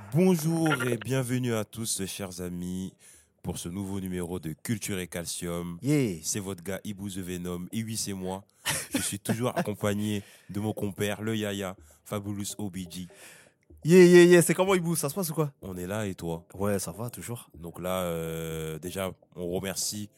Bonjour et bienvenue à tous, chers amis, pour ce nouveau numéro de Culture et Calcium. Yeah. C'est votre gars Ibou The Venom. Et oui, c'est moi. Je suis toujours accompagné de mon compère, le Yaya, Fabulous OBG. Yeah. C'est comment, Ibou? Ça se passe ou quoi? On est là et toi? Ouais, ça va, toujours. Donc là, déjà, on remercie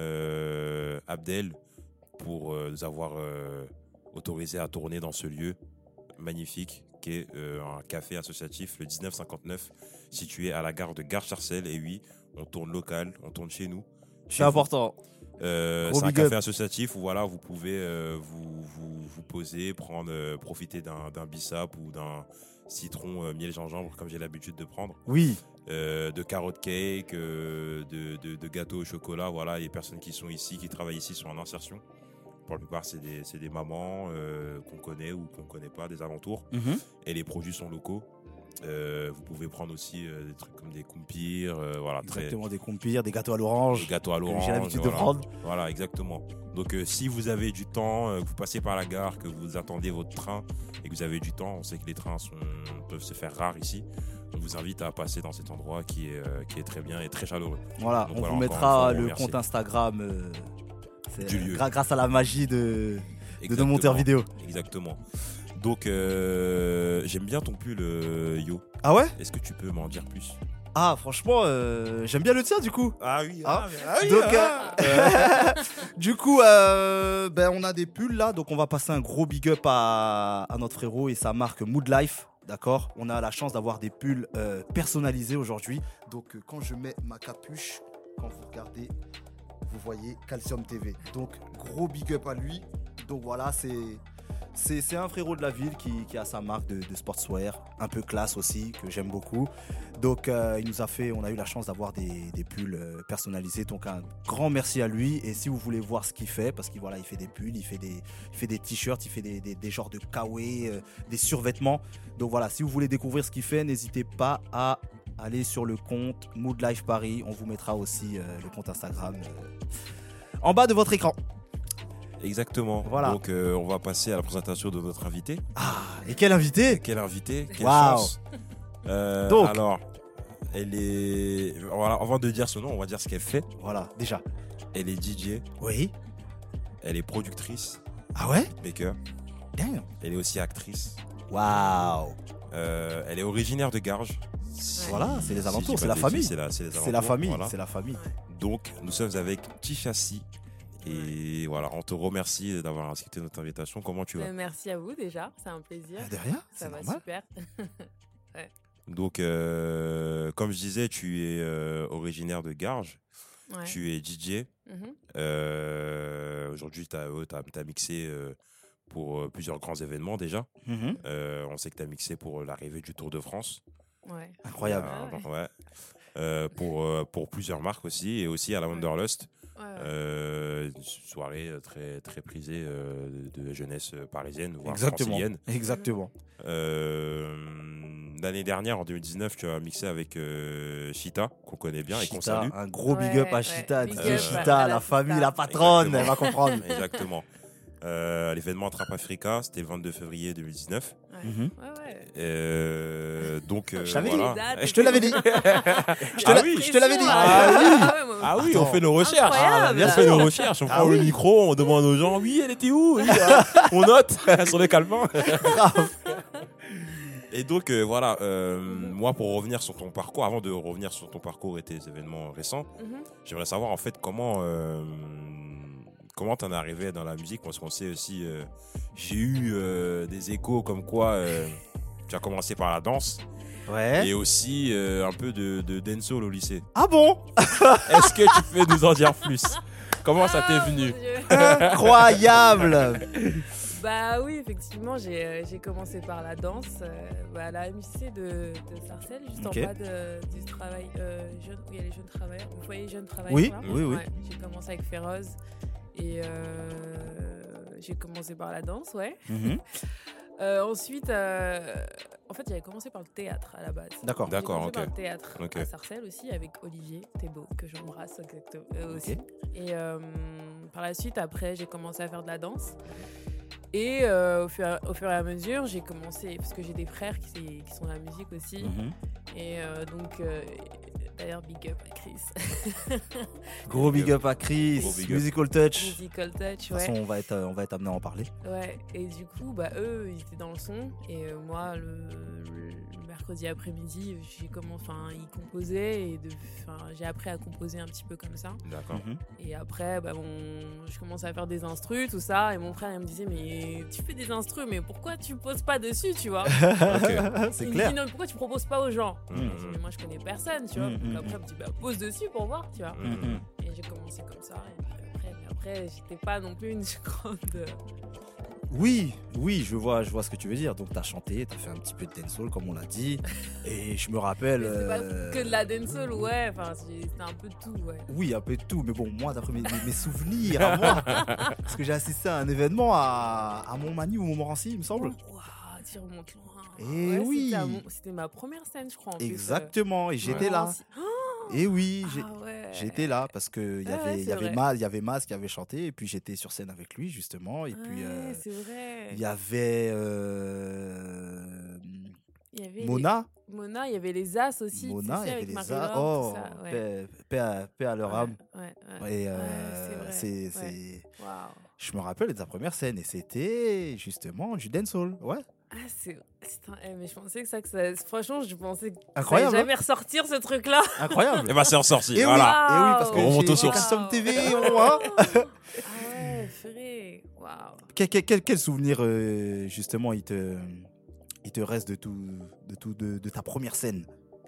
Abdel pour nous avoir autorisé à tourner dans ce lieu magnifique qui est un café associatif, le 1959, situé à la gare de Gare-Charcel. Et oui, on tourne local, on tourne chez nous. C'est important. C'est un café associatif où voilà, vous pouvez vous poser, profiter d'un bissap ou d'un citron miel gingembre comme j'ai l'habitude de prendre. Oui. De carotte cake, de gâteaux au chocolat. Voilà, les personnes qui sont ici, qui travaillent ici sont en insertion. Pour la plupart, c'est des mamans qu'on connaît ou qu'on ne connaît pas, des alentours. Mm-hmm. Et les produits sont locaux. Vous pouvez prendre aussi des trucs comme des kumpirs. Voilà, exactement, des kumpirs, des gâteaux à l'orange. Des gâteaux à l'orange. J'ai l'habitude de prendre. Voilà, exactement. Donc, si vous avez du temps, que vous passez par la gare, que vous attendez votre train et que vous avez du temps, on sait que les trains peuvent se faire rares ici. On vous invite à passer dans cet endroit qui est très bien et très chaleureux. Voilà, donc, on vous mettra le compte Instagram du lieu. Grâce à la magie de nos monteurs vidéo. Exactement. Donc, j'aime bien ton pull, Yo. Ah ouais? Est-ce que tu peux m'en dire plus? Ah, franchement, j'aime bien le tien, du coup. Ah oui. Donc, du coup, on a des pulls là. Donc, on va passer un gros big up à notre frérot et sa marque Mood Life. D'accord, on a la chance d'avoir des pulls personnalisés aujourd'hui. Donc, quand je mets ma capuche, quand vous regardez, vous voyez Calcium TV. Donc, gros big up à lui. Donc, voilà, c'est un frérot de la ville qui a sa marque de sportswear, un peu classe aussi, que j'aime beaucoup. Donc, on a eu la chance d'avoir des pulls personnalisés. Donc, un grand merci à lui. Et si vous voulez voir ce qu'il fait, parce qu'il fait des pulls, il fait des t-shirts, il fait des genres de kawaii, des survêtements. Donc voilà, si vous voulez découvrir ce qu'il fait, n'hésitez pas à aller sur le compte Mood Life Paris. On vous mettra aussi le compte Instagram en bas de votre écran. Exactement. Voilà. Donc, on va passer à la présentation de notre invité. Ah, et quel invité? Quelle wow. Chance. Donc, alors, elle est... Voilà, avant de dire son nom, on va dire ce qu'elle fait. Voilà, déjà. Elle est DJ. Oui. Elle est productrice. Ah ouais? Maker. Damn. Elle est aussi actrice. Waouh. Elle est originaire de Garges. Voilà, c'est les alentours, c'est la famille. C'est la famille, voilà. C'est la famille. Donc, nous sommes avec Tichassi. Et voilà, on te remercie d'avoir accepté notre invitation. Comment tu vas? Merci à vous déjà, c'est un plaisir. De rien, ça va normal. super. Ouais. Donc, comme je disais, tu es originaire de Garges. Ouais. Tu es DJ. Mm-hmm. Aujourd'hui, tu as mixé pour plusieurs grands événements déjà. Mm-hmm. On sait que tu as mixé pour l'arrivée du Tour de France. Ouais. Incroyable. Pour plusieurs marques aussi. Et aussi à la Wanderlust. Ouais. Une soirée très, très prisée de jeunesse parisienne, voire Exactement. francilienne. Exactement. L'année dernière, en 2019, tu as mixé avec Chita, qu'on connaît bien et qu'on Chita, salue. un gros big up à Chita. Big DJ up Chita, à la la famille, Chita. la patronne, Exactement. elle va comprendre. Exactement. L'événement Trap Africa, c'était le 22 février 2019. Ouais. Mhm. Ouais. Donc, Je t'avais dit. voilà. Je te l'avais dit. Je te l'avais dit. Ah oui, on fait nos recherches. Incroyable. On fait nos recherches. On prend le micro, on demande aux gens, oui, elle était où? Oui, on note sur les calepins. Et donc, voilà, moi, pour revenir sur ton parcours, avant de revenir sur ton parcours et tes événements récents, j'aimerais savoir, en fait, comment t'en es arrivé dans la musique? Parce qu'on sait aussi, j'ai eu des échos comme quoi tu as commencé par la danse. Ouais. Et aussi un peu de dancehall au lycée. Ah bon? Est-ce que tu peux nous en dire plus? Comment ça t'est venu? Incroyable. Bah oui, effectivement, j'ai commencé par la danse à la MJC de Sarcelles, juste Ok. en bas du travail jeune, où il y a les jeunes travailleurs. Vous voyez jeunes travailleurs Oui, là oui. Ouais, j'ai commencé avec Féroz et j'ai commencé par la danse, ouais. Mhm. Ensuite, en fait, j'avais commencé par le théâtre à la base. D'accord. J'ai commencé ok. par le théâtre Ok. à Sarcelles aussi avec Olivier Thébault, que j'embrasse exactement, aussi. Ok. Et par la suite, après, j'ai commencé à faire de la danse. Et au fur et à mesure, j'ai commencé, parce que j'ai des frères qui sont dans la musique aussi. Mhm. Et donc, d'ailleurs, big up à Chris. Gros big up à Chris, Gros big up. Musical Touch. Musical Touch, De toute façon, ouais. on va être amené à en parler. Ouais, et du coup, bah, eux, ils étaient dans le son. Et moi, le mercredi après-midi, ils composaient. Et j'ai appris à composer un petit peu comme ça. D'accord. Mhm. Et après, je commençais à faire des instrus, tout ça. Et mon frère, il me disait, mais tu fais des instrus, mais pourquoi tu poses pas dessus, tu vois? C'est Il me clair. dit, non, pourquoi tu proposes pas aux gens? Mhm. Je dis, mais moi, je connais personne, tu vois. Mhm. Donc après, il me dit, bah, pose dessus pour voir, tu vois. Mhm. Et j'ai commencé comme ça. Et puis après, j'étais pas non plus une grande. Oui, je vois ce que tu veux dire. Donc, t'as chanté, t'as fait un petit peu de dancehall, comme on l'a dit. Et je me rappelle. Mais c'est pas que de la dancehall, ouais. Enfin, c'était un peu de tout, ouais. Oui, un peu de tout. Mais bon, moi, d'après mes souvenirs à moi, parce que j'ai assisté à un événement à Montmagny ou Montmorency, il me semble. Waouh, tu remontes loin. Eh oui. C'était ma première scène, je crois. En Exactement. Et plus, j'étais là. Et oui, ouais. j'étais là parce que il y Ouais, c'est avait vrai. Mas qui avait chanté et puis j'étais sur scène avec lui justement et puis Ouais, c'est vrai. il y avait Il y avait Mona, Mona, il y avait les As aussi. Mona, il y avait avec les Marie-Laure, Oh, tout ça. Ouais. paix à leur âme. Ouais. Et c'est vrai. c'est Waouh. je me rappelle de sa première scène et c'était justement du dancehall, ouais. Ah, mais je pensais franchement, je pensais que Incroyable, ça allait jamais ressortir ce truc-là. Incroyable. Et bah c'est ressorti. Et oui. Voilà. Et oui, parce que On remonte aux chez sources. Custom TV, on voit. Ah ouais, fréré. Waouh. Quel souvenir justement il te reste de ta première scène?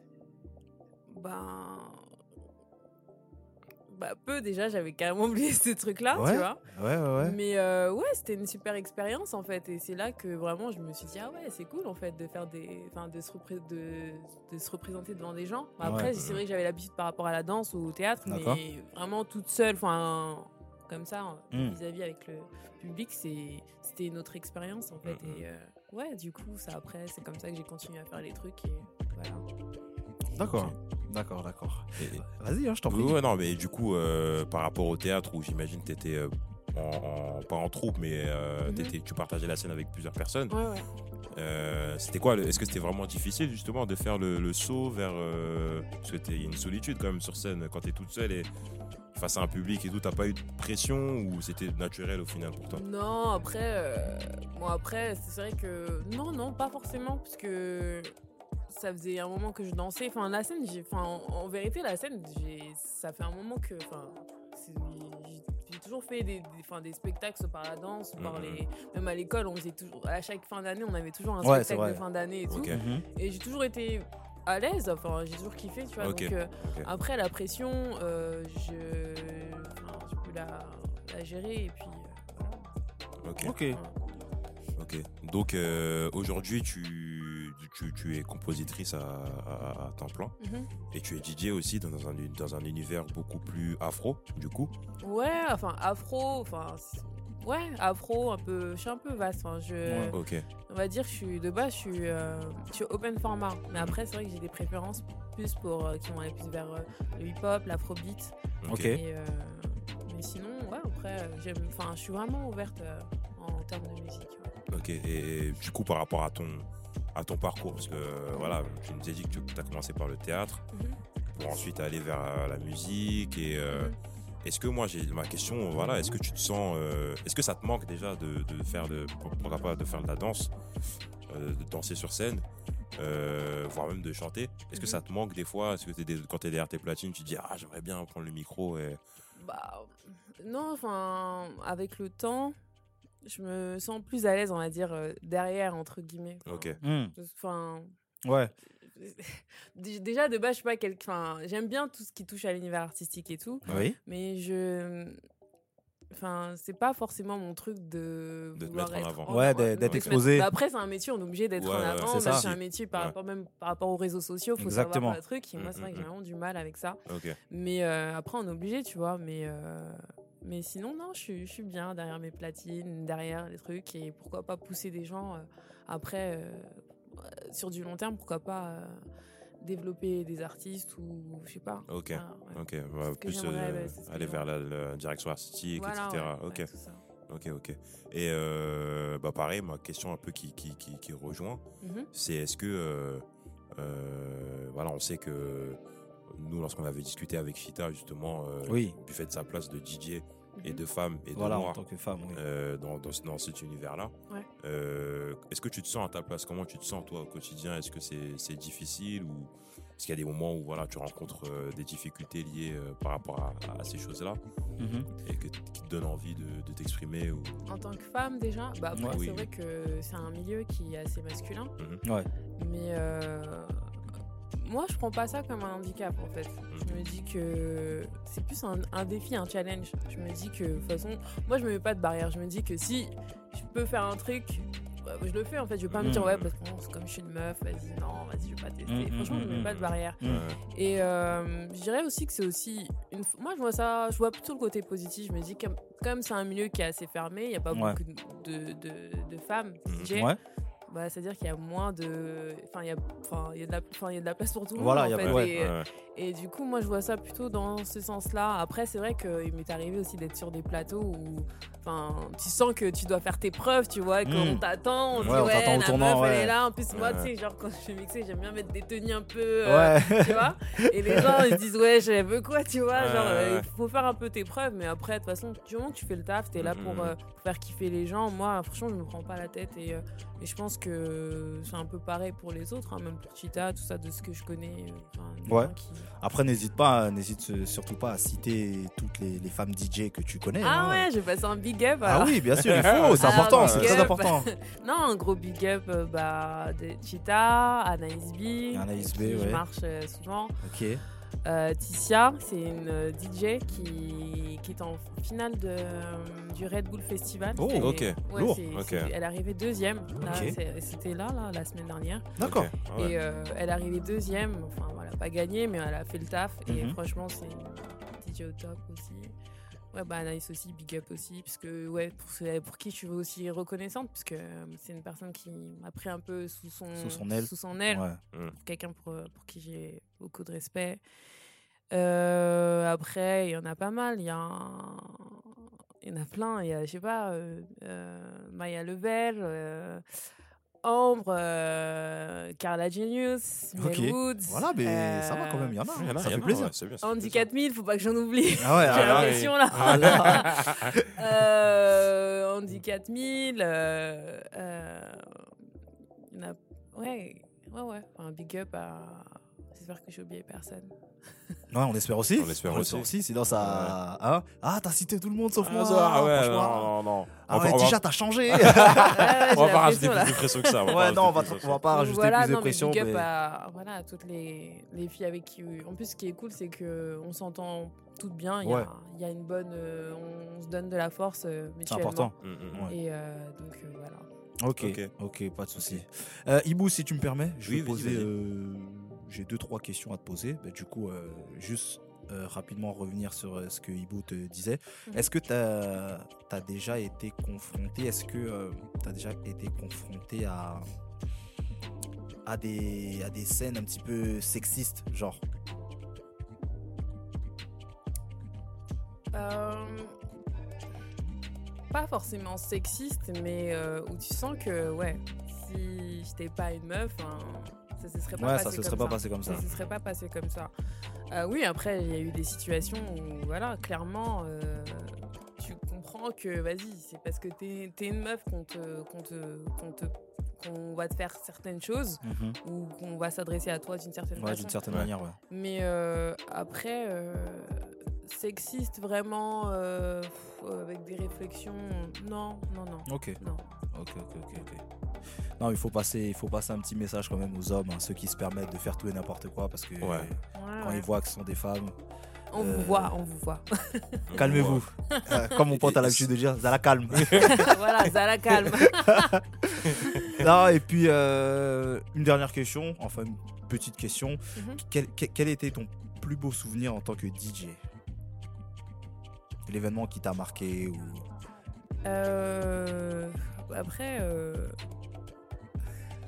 Peu déjà, j'avais carrément oublié ce truc-là, Ouais. tu vois. Ouais. Mais ouais, c'était une super expérience en fait. Et c'est là que vraiment je me suis dit, ah ouais, c'est cool en fait de faire de se représenter devant des gens. Après, Ouais. c'est vrai que j'avais l'habitude par rapport à la danse ou au théâtre, D'accord. mais vraiment toute seule, comme ça, Mm. vis-à-vis avec le public, c'était une autre expérience en fait. Et ouais, du coup, après, c'est comme ça que j'ai continué à faire les trucs et voilà. D'accord. Et- Vas-y, je t'en prie. Ouais, non, mais du coup, par rapport au théâtre où j'imagine que tu étais pas en troupe, mais tu partageais la scène avec plusieurs personnes. Ouais. C'était quoi Est-ce que c'était vraiment difficile justement de faire le saut vers. Parce que il y a une solitude quand même sur scène quand tu es toute seule et face à un public et tout. T'as pas eu de pression ou c'était naturel au final pour toi? Non, après, c'est vrai que. Non, pas forcément, parce que ça faisait un moment que je dansais. Enfin, la scène, en vérité, la scène, ça fait un moment que. J'ai toujours fait des spectacles soit par la danse ou par les. Même à l'école, on faisait toujours. À chaque fin d'année, on avait toujours un Ouais, c'est spectacle vrai. de fin d'année et tout. Ok. Mhm. Et j'ai toujours été à l'aise, j'ai toujours kiffé, tu vois. Ok, Donc, ok. après, la pression, je peux la gérer et puis. Voilà. Ok. Ok. Donc aujourd'hui, tu es compositrice à temps plein Mhm. et tu es DJ aussi dans un univers beaucoup plus afro, du coup. Ouais, afro, un peu, je suis un peu vaste. Ouais. Ok. On va dire que je suis open format. Mais après, c'est vrai que j'ai des préférences plus qui vont aller plus vers le hip-hop, l'afrobeat. Ok. Mais sinon, ouais, après, je suis vraiment ouverte en termes de musique. Ouais. Ok. Et du coup, par rapport à ton parcours, parce que voilà, tu nous as dit que tu as commencé par le théâtre pour ensuite aller vers la musique et est-ce que moi j'ai ma question, voilà, est-ce que tu te sens, est-ce que ça te manque déjà de faire pourquoi pas de faire de la danse, de danser sur scène, voire même de chanter. Est-ce que ça te manque des fois? Est-ce que quand t'es derrière tes platines, tu te dis j'aimerais bien prendre le micro et... Non, avec le temps, je me sens plus à l'aise, on va dire, derrière, entre guillemets. Ok. Ouais. Déjà, de base, je suis pas j'aime bien tout ce qui touche à l'univers artistique et tout, Oui. mais c'est pas forcément mon truc de te vouloir mettre en être avant. Ouais, avant, d'être de se exposé. mettre- Après, c'est un métier, on est obligé d'être Ouais, en ouais, avant. c'est ça. C'est un métier par rapport aux réseaux sociaux, faut Exactement. savoir le truc. Et moi, c'est vrai que j'ai vraiment du mal avec ça. Ok. Mais après, on est obligé, tu vois. Mais sinon, non, je suis bien derrière mes platines, derrière les trucs. Et pourquoi pas pousser des gens après, sur du long terme, pourquoi pas développer des artistes ou je sais pas. Ok. Ouais. Ok. C'est ce que Plus j'aimerais, c'est ce que aller vers j'aimerais. la direction artistique, Voilà, etc. ouais, Ok. ouais, tout ça. Ok. Et bah pareil, ma question un peu qui rejoint, c'est est-ce que voilà, on sait que nous, lorsqu'on avait discuté avec Chita justement, Oui. du fait de sa place de DJ et de femme et de Voilà, en noir tant que femme, oui. dans cet univers-là, Ouais. est-ce que tu te sens à ta place? Comment tu te sens toi au quotidien? Est-ce que c'est difficile ou est-ce qu'il y a des moments où voilà, tu rencontres des difficultés liées par rapport à ces choses-là et qui te donnent envie de t'exprimer ou... En tant que femme, déjà, bah après, Oui. c'est vrai que c'est un milieu qui est assez masculin. Ouais. Mais moi, je prends pas ça comme un handicap, en fait. Je me dis que c'est plus un défi, un challenge. Je me dis que, de toute façon, moi, je me mets pas de barrière. Je me dis que si je peux faire un truc, je le fais, en fait. Je vais pas me dire, ouais, parce que bon, c'est comme je suis une meuf, vas-y, je vais pas tester. Franchement, je mets pas de barrière. Et je dirais aussi que c'est aussi... Moi, je vois plutôt le côté positif. Je me dis que comme c'est un milieu qui est assez fermé, il n'y a pas beaucoup de femmes DJ. Ouais. Bah, c'est-à-dire qu'il y a moins de... il y a de la place pour tout le Voilà, monde, en fait. Ouais. Et du coup, moi, je vois ça plutôt dans ce sens-là. Après, c'est vrai qu'il m'est arrivé aussi d'être sur des plateaux où tu sens que tu dois faire tes preuves, tu vois, qu'on t'attend, on dit, on t'attend au la tournant, meuf, elle ouais. est là. En plus, moi, tu sais, genre, quand je suis mixée, j'aime bien mettre des tenues un peu, Ouais. tu vois. Et les gens, ils se disent, ouais, je veux quoi, tu vois. Genre, il faut faire un peu tes preuves. Mais après, de toute façon, du moment que tu fais le taf, t'es là pour faire kiffer les gens. Moi, franchement, je me prends pas la tête. Et je pense que c'est un peu pareil pour les autres, hein, même pour Chita, tout ça, de ce que je connais. Ouais. Après, n'hésite surtout pas à citer toutes les femmes DJ que tu connais. Ah hein. ouais, j'ai passé un big up. Alors. Ah oui, bien sûr, il faut, c'est important, c'est big très up. important. Non, un gros big up de Chita, Anaïs B. Anaïs B, qui ouais. marche souvent. Ok. Ticia, c'est une DJ qui est en finale du Red Bull Festival. Oh, ok. Ouais, Lourd. elle est arrivée deuxième. Là, Ok. C'était là, la semaine dernière. D'accord. Ok. Ah ouais. Et elle est arrivée deuxième. Enfin, voilà, pas gagnée, mais elle a fait le taf. Et franchement, c'est une DJ au top aussi. Ouais, bah Anaïs aussi, big up aussi. Parce que, ouais, pour qui je suis aussi reconnaissante. Parce que c'est une personne qui m'a pris un peu sous son aile. Ouais. Quelqu'un pour qui j'ai beaucoup de respect. Après, il y en a pas mal. Il y en a plein. Il y a, je sais pas, Maya Level, Ambre, Carla Genius, Mel Woods. Voilà, mais ça va quand même, il y en a. Il y en a, Ça il y en fait a, plaisir. ouais, c'est bien, ça fait Andy plaisir. 4000, faut pas que j'en oublie. Ah ouais, J'ai ah l'impression là. Andy 4000. Il y en a. Ouais. Un big up à. J'espère que j'ai oublié personne. Ouais, on espère aussi. On espère aussi. Sinon, ça. Hein ah, t'as cité tout le monde sauf moi. Ah ouais, franchement. non. Ah ouais, déjà, t'as changé. On va pas rajouter plus de pression que ça. Ouais, non, on va pas rajouter plus de non, pression. Mais big up à toutes les filles avec qui. En plus, ce qui est cool, c'est qu'on s'entend toutes bien. Il y a une bonne. On se donne de la force mutuellement. C'est important. Et donc, voilà. Ok, pas de souci. Ibou, si tu me permets, je vais poser. J'ai 2-3 questions à te poser. Du coup, juste rapidement revenir sur ce que Ibou te disait. Est-ce que tu as déjà été confronté à des scènes un petit peu sexistes, genre? Pas forcément sexiste, mais où tu sens que, ouais, si j'étais pas une meuf, ça se serait pas passé comme ça. Ça se serait pas passé comme ça. Oui, après, il y a eu des situations où, voilà, clairement, tu comprends que, vas-y, c'est parce que t'es une meuf qu'on va te faire certaines choses ou qu'on va s'adresser à toi d'une certaine façon. D'une certaine manière, ouais. Mais après, sexiste vraiment, avec des réflexions, non. Ok. Non. Ok. Non, il faut passer un petit message quand même aux hommes, ceux qui se permettent de faire tout et n'importe quoi, parce que quand ils voient que ce sont des femmes... On vous voit. Calmez-vous. Comme mon pote a l'habitude de dire, Zala calme. Voilà, Zala calme. Non, et puis, une dernière question, enfin une petite question. Quel était ton plus beau souvenir en tant que DJ? L'événement qui t'a marqué ou... Après,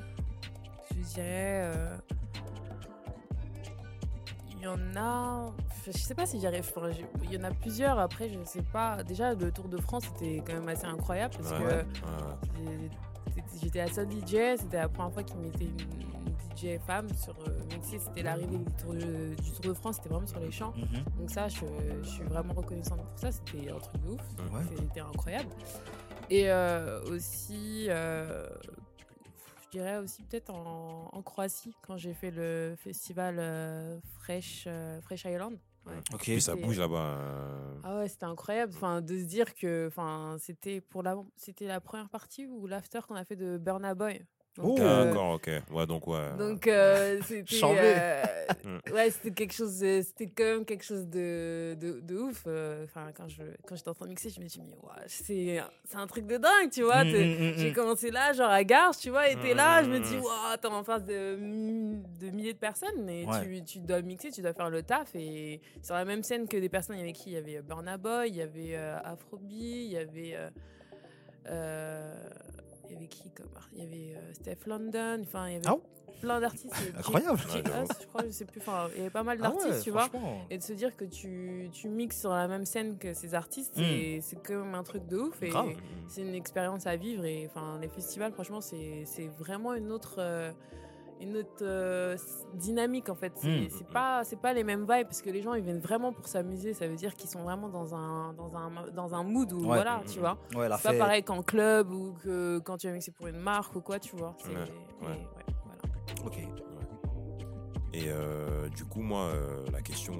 je dirais, il y en a. je sais pas si j'y arrive. Enfin, il y en a plusieurs. Après, je sais pas. Déjà, le Tour de France, c'était quand même assez incroyable parce que j'étais la seule DJ. C'était la première fois qu'ils mettaient une DJ femme sur mixé. C'était l'arrivée du Tour de France. C'était vraiment sur les champs. Donc ça, je suis vraiment reconnaissante pour ça. C'était un truc de ouf. C'était incroyable. Et aussi, je dirais aussi peut-être en Croatie, quand j'ai fait le festival Fresh Island. Ouais. Ok, puis ça bouge là-bas. Ah ouais, c'était incroyable. Enfin, de se dire que c'était la première partie ou l'after qu'on a fait de Burna Boy. Donc, d'accord, ok. Ouais, donc ouais. Donc c'était c'était quelque chose, c'était quand même quelque chose de ouf. Enfin, quand j'étais en train de mixer, je me suis dit c'est un truc de dingue, tu vois. J'ai commencé là, genre à Garches, tu vois, et t'es là, je me dis t'es en face de milliers de personnes, mais tu dois mixer, tu dois faire le taf, et sur la même scène que des personnes, il y avait qui? Il y avait Burna Boy, il y avait Afrobi, il y avait il y avait qui comme il y avait Steph London, enfin il y avait plein d'artistes. Incroyable. Je crois, je sais plus, enfin il y avait pas mal d'artistes, tu vois, et de se dire que tu mixes sur la même scène que ces artistes, c'est quand même un truc de ouf, et c'est une expérience à vivre. Et enfin les festivals, franchement, c'est vraiment une autre dynamique en fait. C'est pas les mêmes vibes, parce que les gens ils viennent vraiment pour s'amuser. Ça veut dire qu'ils sont vraiment dans un mood où voilà, tu vois. C'est pas pareil qu'en club ou que quand tu vas mixer pour une marque ou quoi, tu vois. Voilà. Ok. Et du coup, moi, la question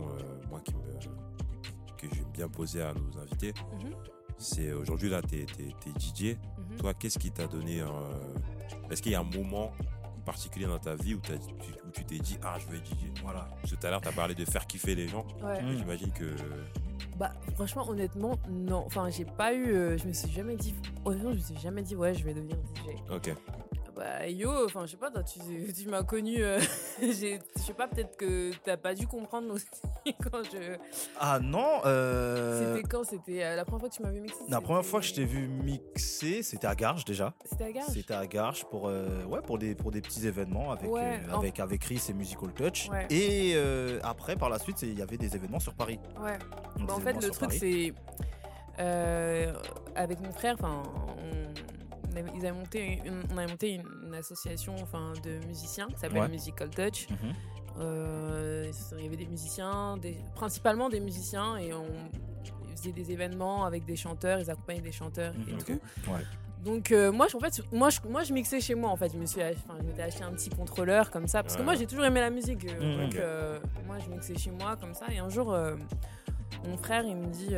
que j'aime bien poser à nos invités, c'est aujourd'hui là, t'es DJ. Toi, qu'est-ce qui t'a donné est-ce qu'il y a un moment particulier dans ta vie où tu t'es dit je veux être DJ? Voilà. Parce que tout à l'heure, tu as parlé de faire kiffer les gens. J'imagine que... franchement, honnêtement, non. Enfin, j'ai pas eu... je me suis jamais dit... Honnêtement, je me suis jamais dit, je vais devenir DJ. Ok. Enfin, je sais pas, toi, tu m'as connu... je sais pas, peut-être que t'as pas dû comprendre aussi quand je... Ah non C'était quand? C'était la première fois que tu m'as vu mixer? La première fois que je t'ai vu mixer, c'était à Garches déjà. C'était à Garches? C'était à Garches pour des petits événements avec Chris et Musical Touch. Ouais. Et après, par la suite, il y avait des événements sur Paris. Ouais. En fait, le truc, c'est... avec mon frère, on avait monté une association de musiciens qui s'appelle Musical Touch. Il y avait des musiciens, principalement des musiciens, et ils faisaient des événements avec des chanteurs, ils accompagnaient des chanteurs et tout. Ouais. Donc moi je mixais chez moi en fait. Je m'étais acheté un petit contrôleur comme ça, parce que moi j'ai toujours aimé la musique. Donc moi je mixais chez moi comme ça, et un jour mon frère il me dit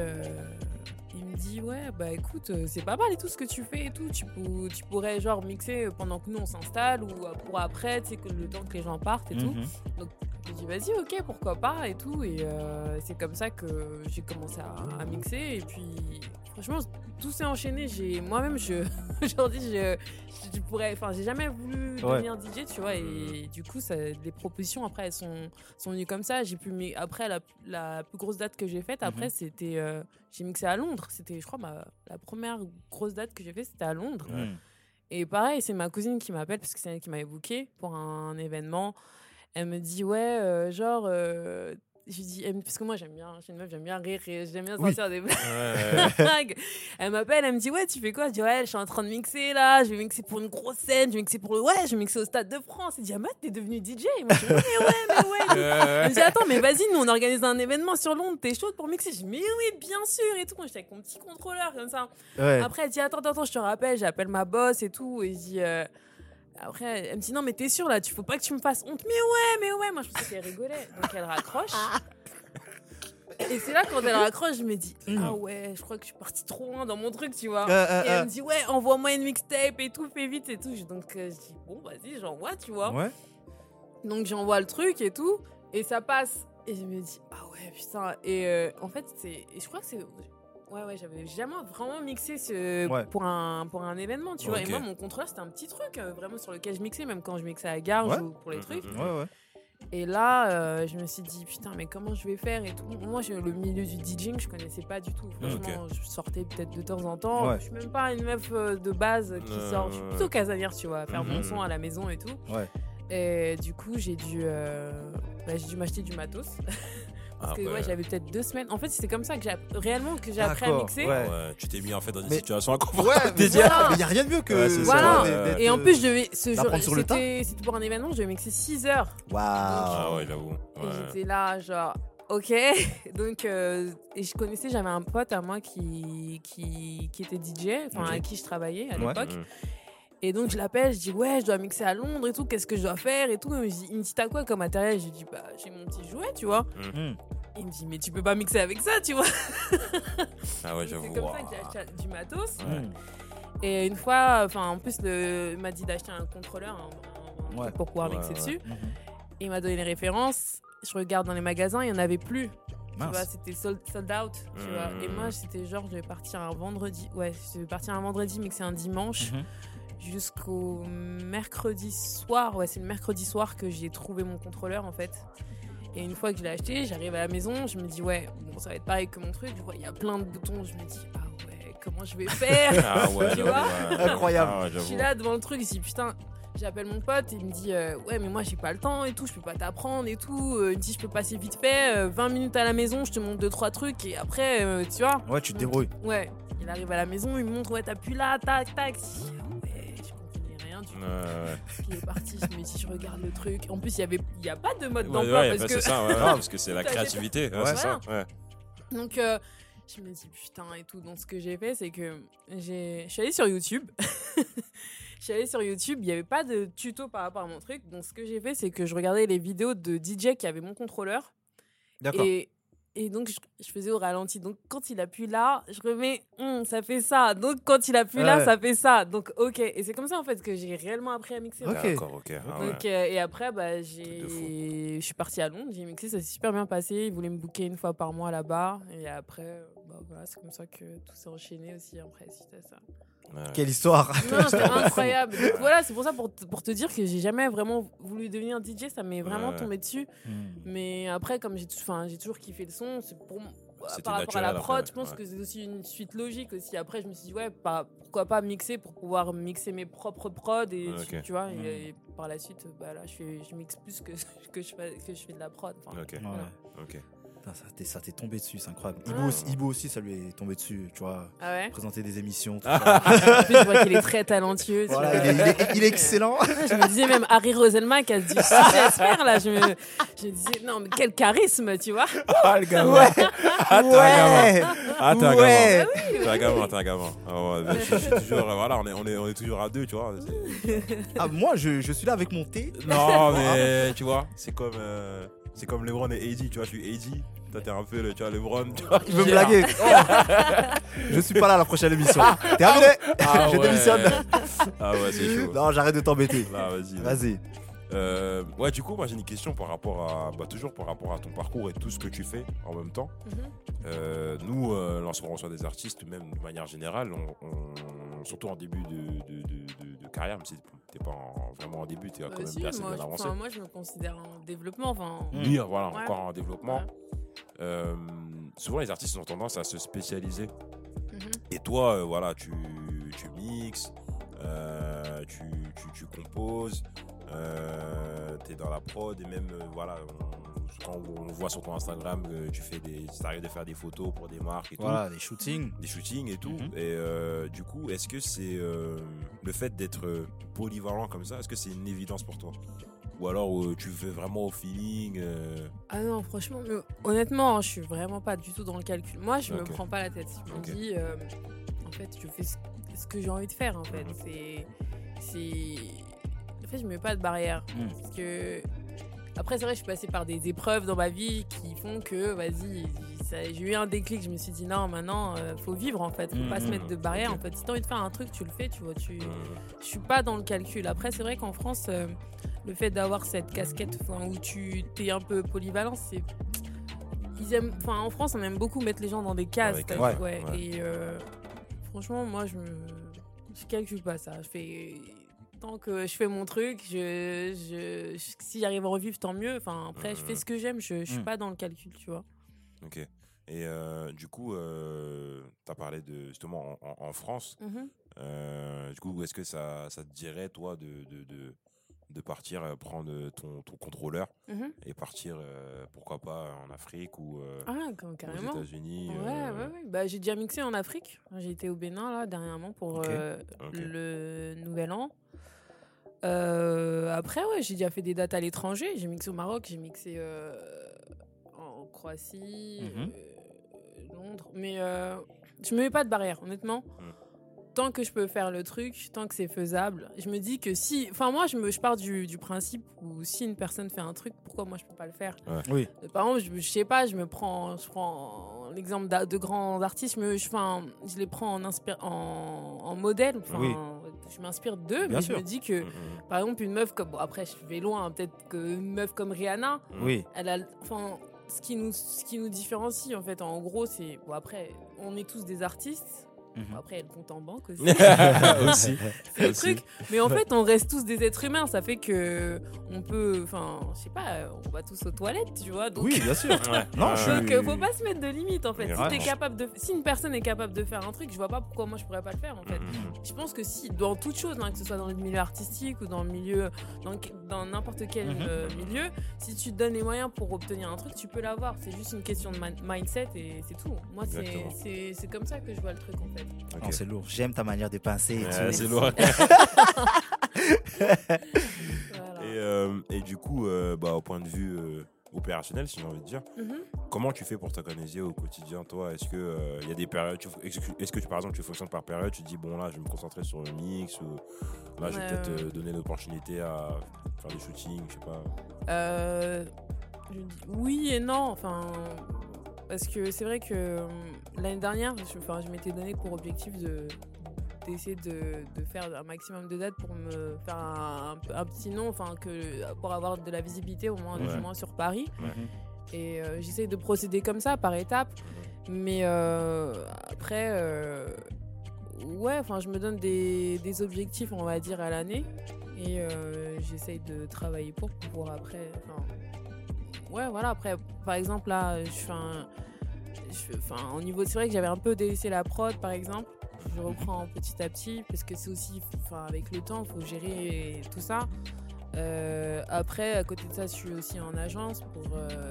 écoute, c'est pas mal et tout ce que tu fais et tout, tu pourrais genre mixer pendant que nous on s'installe, ou pour après, tu sais, que le temps que les gens partent et tout. Donc j'ai dit vas-y, ok, pourquoi pas et tout, et c'est comme ça que j'ai commencé à mixer, et puis franchement tout s'est enchaîné. Moi-même aujourd'hui j'ai jamais voulu devenir DJ, tu vois, et du coup les propositions après elles sont venues comme ça. Mais après la plus grosse date que j'ai faite après c'était j'ai mixé à Londres. C'était, je crois, la première grosse date que j'ai faite, c'était à Londres. Et pareil, c'est ma cousine qui m'appelle, parce que c'est elle qui m'avait booké pour un événement. Elle me dit je dis, parce que moi j'aime bien, je suis une meuf, j'aime bien rire et j'aime bien sortir des blagues. Elle m'appelle, elle me dit tu fais quoi? Je dis je suis en train de mixer là, je vais mixer pour une grosse scène, je vais mixer au Stade de France. Elle dit t'es devenu DJ? Et moi je dis mais ouais. Elle me dit attends, mais vas-y, nous on organise un événement sur Londres, t'es chaude pour mixer? Je dis mais oui, bien sûr et tout. Moi j'étais avec mon petit contrôleur comme ça. Après elle dit attends, je te rappelle, j'appelle ma boss et tout, et je dis après, elle me dit non, mais t'es sûre là, faut pas que tu me fasses honte. Mais ouais, moi je pensais qu'elle rigolait. Donc elle raccroche. Et c'est là, quand elle raccroche, je me dis je crois que je suis partie trop loin dans mon truc, tu vois. Et elle me dit envoie-moi une mixtape et tout, fais vite et tout. Donc je dis bon, vas-y, j'envoie, tu vois. Donc j'envoie le truc et tout, et ça passe. Et je me dis putain. Et en fait, je crois que c'est. J'avais jamais vraiment mixé pour un événement, tu vois. Et moi, mon contrôleur, c'était un petit truc vraiment sur lequel je mixais, même quand je mixais à Garges ou pour les trucs. Et là, je me suis dit, putain, mais comment je vais faire et tout. Moi, le milieu du DJing, je connaissais pas du tout. Franchement, je sortais peut-être de temps en temps. Je suis même pas une meuf de base qui sort. Je suis plutôt casanière, tu vois, faire mon son à la maison et tout. Et du coup, j'ai dû m'acheter du matos. Parce que ouais. j'avais peut-être 2 semaines. En fait, c'est comme ça que j'ai appris à D'accord, mixer. ouais. Ouais, tu t'es mis en fait dans une Mais- situation Ouais, inconfortable. mais Voilà. voilà, mais y a rien de mieux que. Ouais, c'est ça, Voilà. ouais. Et en plus, ce jour, d'apprendre sur le tas. c'était pour un événement, je devais mixer 6 heures. Waouh. Ah ouais, j'avoue. Et Ouais. j'étais là, genre, ok. Donc, et j'avais un pote à moi qui était DJ, enfin, Ok. avec qui je travaillais à Ouais. l'époque. Mhm. Et donc, je l'appelle, je dis, ouais, je dois mixer à Londres et tout, qu'est-ce que je dois faire et tout. Il me dit, t'as quoi comme matériel? Je lui dis, bah, j'ai mon petit jouet, tu vois. Hmm. Il me dit, mais tu peux pas mixer avec ça, tu vois. Ah ouais, C'est j'avoue. comme ça que j'ai acheté du matos. Ouais. Et une fois, enfin, en plus, il m'a dit d'acheter un contrôleur un Ouais. truc pour pouvoir Ouais, mixer ouais. dessus. Mhm. Et il m'a donné les références. Je regarde dans les magasins, il n'y en avait plus. Tu vois, Mince. c'était sold out. Tu vois. Et moi, c'était genre, je devais partir un vendredi. Ouais, je devais partir un vendredi, mixer un dimanche. Mhm. Jusqu'au mercredi soir. Ouais, c'est le mercredi soir que j'ai trouvé mon contrôleur, en fait. Et une fois que je l'ai acheté, j'arrive à la maison, je me dis, ouais, bon, ça va être pareil que mon truc. Je vois, il y a plein de boutons. Je me dis, ah ouais, comment je vais faire? Ah ouais, Tu j'avoue, vois ouais. Incroyable. Ah ouais, Je suis j'avoue. là devant le truc, je dis putain, j'appelle mon pote et il me dit ouais mais moi j'ai pas le temps et tout, je peux pas t'apprendre et tout. Il me dit je peux passer vite fait, 20 minutes à la maison, je te montre 2-3 trucs et après tu vois. Ouais, tu te débrouilles. Ouais, il arrive à la maison, il me montre ouais t'appuies là, tac tac. Je dis, ouais, je comprenais rien du tout. Ouais, Puis il est parti, je me dis je regarde le truc. En plus il y a pas de mode ouais, d'emploi ouais, parce bah, que c'est ça, ouais, ouais, parce que c'est la Putain, créativité. Ouais, Ouais. c'est ça. Ouais. donc je me dis putain et tout. Donc ce que j'ai fait c'est que je suis allée sur YouTube. Je suis allée sur YouTube, il n'y avait pas de tuto par rapport à mon truc. Donc ce que j'ai fait c'est que je regardais les vidéos de DJ qui avaient mon contrôleur. D'accord. Et donc je faisais au ralenti. Donc quand il appuie là, je remets ça fait ça. Donc quand il appuie là, Ouais. ça fait ça. Donc ok. Et c'est comme ça en fait que j'ai réellement appris à mixer. Ok. D'accord, ok. Ah ouais. Donc, et après, bah, Truc de fou. je suis partie à Londres, j'ai mixé, ça s'est super bien passé. Ils voulaient me booker une fois par mois là-bas. Et après, bah, voilà, c'est comme ça que tout s'est enchaîné aussi après, suite à ça. Ouais. Quelle histoire. Non, c'est incroyable. Donc voilà, c'est pour ça, pour te dire que j'ai jamais vraiment voulu devenir DJ, ça m'est vraiment Ouais. tombé dessus. Hmm. Mais après, comme j'ai toujours kiffé le son, c'est pour moi. C'était Par rapport à la naturel prod, après, je pense ouais. que c'est aussi une suite logique aussi. Après, je me suis dit, ouais, pourquoi pas mixer pour pouvoir mixer mes propres prods et Ok. tu vois. Mm. Et par la suite, bah là, je mixe plus que je fais de la prod. Enfin, Ok, Ouais. voilà. ok. Putain, ça t'est tombé dessus, c'est incroyable. Ouais. Ibo aussi, ça lui est tombé dessus, tu vois. Ah ouais. Présenter des émissions, tout Ah. ça. En plus, je vois qu'il est très talentueux. tu Voilà, vois. il est excellent. Je me disais même Harry Roselmack a dit j'espère là. Je me disais non mais quel charisme, tu vois. Ah, le gamin. Ouais. Ah, t'es un gamin. Ah, t'es un gamin. Ouais. T'es un gamin, t'es un gamin. Ah ouais, mais je suis toujours, voilà, on est toujours à deux, tu vois. Ah, moi, je suis là avec mon thé. Non, mais tu vois, c'est comme LeBron et AD, tu vois, je suis AD. Toi, t'es un peu le, tu vois, LeBron, tu vois. Il veut me blaguer. Je suis pas là à la prochaine émission. Terminé. Ah Je ouais. démissionne. Ah ouais, c'est chaud. Non, j'arrête de t'embêter. Là, vas-y. Vas-y. Ouais, du coup, moi j'ai une question par rapport à, toujours par rapport à ton parcours et tout ce que tu fais en même temps. Nous, lorsqu'on reçoit des artistes, même de manière générale, surtout en début de carrière, même si t'es pas vraiment en début, t'es quand même Si, assez bien avancé. moi je me considère en développement. Enfin, Oui, voilà, Ouais. encore en développement. Ouais. Souvent, les artistes ont tendance à se spécialiser. Mhm. Et toi, voilà, tu mixes, tu composes, t'es dans la prod et même, voilà, quand on voit sur ton Instagram que tu arrives de faire des photos pour des marques et Voilà, des shootings. tout, des shootings et tout. Mhm. Et du coup, est-ce que c'est le fait d'être polyvalent comme ça, est-ce que c'est une évidence pour toi? Ou alors tu fais vraiment au feeling Ah non, franchement, mais honnêtement, hein, je suis vraiment pas du tout dans le calcul. Moi, je me Ok. prends pas la tête. Je me Ok. dis, en fait, je fais ce que j'ai envie de faire. En fait, en fait, je mets pas de barrière parce que après, c'est vrai, je suis passée par des épreuves dans ma vie qui font que, vas-y, j'ai eu un déclic. Je me suis dit non, maintenant, faut vivre en fait, faut pas se mettre de barrière. Ok. En fait, si t'as envie de faire un truc, tu le fais. Tu vois, je suis pas dans le calcul. Après, c'est vrai qu'en France, le fait d'avoir cette casquette où tu es un peu polyvalent, c'est. En France, on aime beaucoup mettre les gens dans des cases. Dans des t'as cases, vu, ouais. Et franchement, moi, je calcule pas ça. Tant que je fais mon truc, si j'arrive à revivre, tant mieux. Enfin, après, je fais ce que j'aime. Je suis pas dans le calcul, tu vois. Ok. Et du coup, tu as parlé de justement en France. Mhm. Du coup, est-ce que ça te dirait, toi, de partir prendre ton contrôleur Mhm. et partir, pourquoi pas, en Afrique ou aux Carrément. États-Unis. Ouais. Bah, j'ai déjà mixé en Afrique. J'ai été au Bénin là dernièrement pour Ok. le Nouvel An. Après, ouais, j'ai déjà fait des dates à l'étranger. J'ai mixé au Maroc, j'ai mixé en Croatie, Mhm. Londres. Mais je me mets pas de barrière, honnêtement. Mm. Tant que je peux faire le truc, tant que c'est faisable, je me dis que si. Enfin, moi, je pars du principe où si une personne fait un truc, pourquoi moi je peux pas le faire? Oui. Par exemple, je sais pas, je prends l'exemple de grands artistes, je les prends en modèle. Enfin, Oui. je m'inspire d'eux, Bien mais sûr. je me dis que, par exemple, une meuf comme. Bon, après, je vais loin, hein, peut-être qu'une meuf comme Rihanna, Oui. elle a. Enfin, ce qui nous différencie, en fait, en gros, c'est. Bon, après, on est tous des artistes. Mhm. Après, elle compte en banque aussi. Aussi. C'est le Aussi. truc. Mais en fait, on reste tous des êtres humains. Ça fait que on peut, enfin, je sais pas, on va tous aux toilettes, tu vois. Donc, Oui, bien sûr. Ouais. Non, je donc, suis- faut pas se mettre de limites en fait. Ouais, Si, vraiment. si une personne est capable de faire un truc, je vois pas pourquoi moi je pourrais pas le faire en fait. Je pense que si, dans toute chose, hein, que ce soit dans le milieu artistique ou dans le milieu, dans n'importe quel milieu, si tu te donnes les moyens pour obtenir un truc, tu peux l'avoir. C'est juste une question de mindset et c'est tout. Moi, Exactement. c'est comme ça que je vois le truc en fait. Ok. Non, c'est lourd. J'aime ta manière de penser. et Ouais, tout. c'est lourd. Voilà. Et du coup, au point de vue opérationnel, si j'ai envie de dire, Mhm. comment tu fais pour t'organiser au quotidien, toi? Est-ce que il y a des périodes, est-ce que par exemple tu fonctionnes par période, tu te dis bon là je vais me concentrer sur le mix ou là je vais Ouais, peut-être ouais. donner l'opportunité à faire des shootings, je sais pas. Oui et non, enfin, parce que c'est vrai que l'année dernière, je m'étais donné pour objectif d'essayer de faire un maximum de dates pour me faire un petit nom, enfin pour avoir de la visibilité au moins, Ouais. du moins sur Paris. Mhm. Et j'essaye de procéder comme ça, par étapes. Mais après, ouais, enfin, je me donne des objectifs, on va dire, à l'année. Et j'essaye de travailler pour pouvoir après. Ouais, voilà. Après, par exemple, là, au niveau, c'est vrai que j'avais un peu délaissé la prod, par exemple. Je reprends petit à petit parce que c'est aussi, avec le temps, il faut gérer tout ça. Après, à côté de ça, je suis aussi en agence pour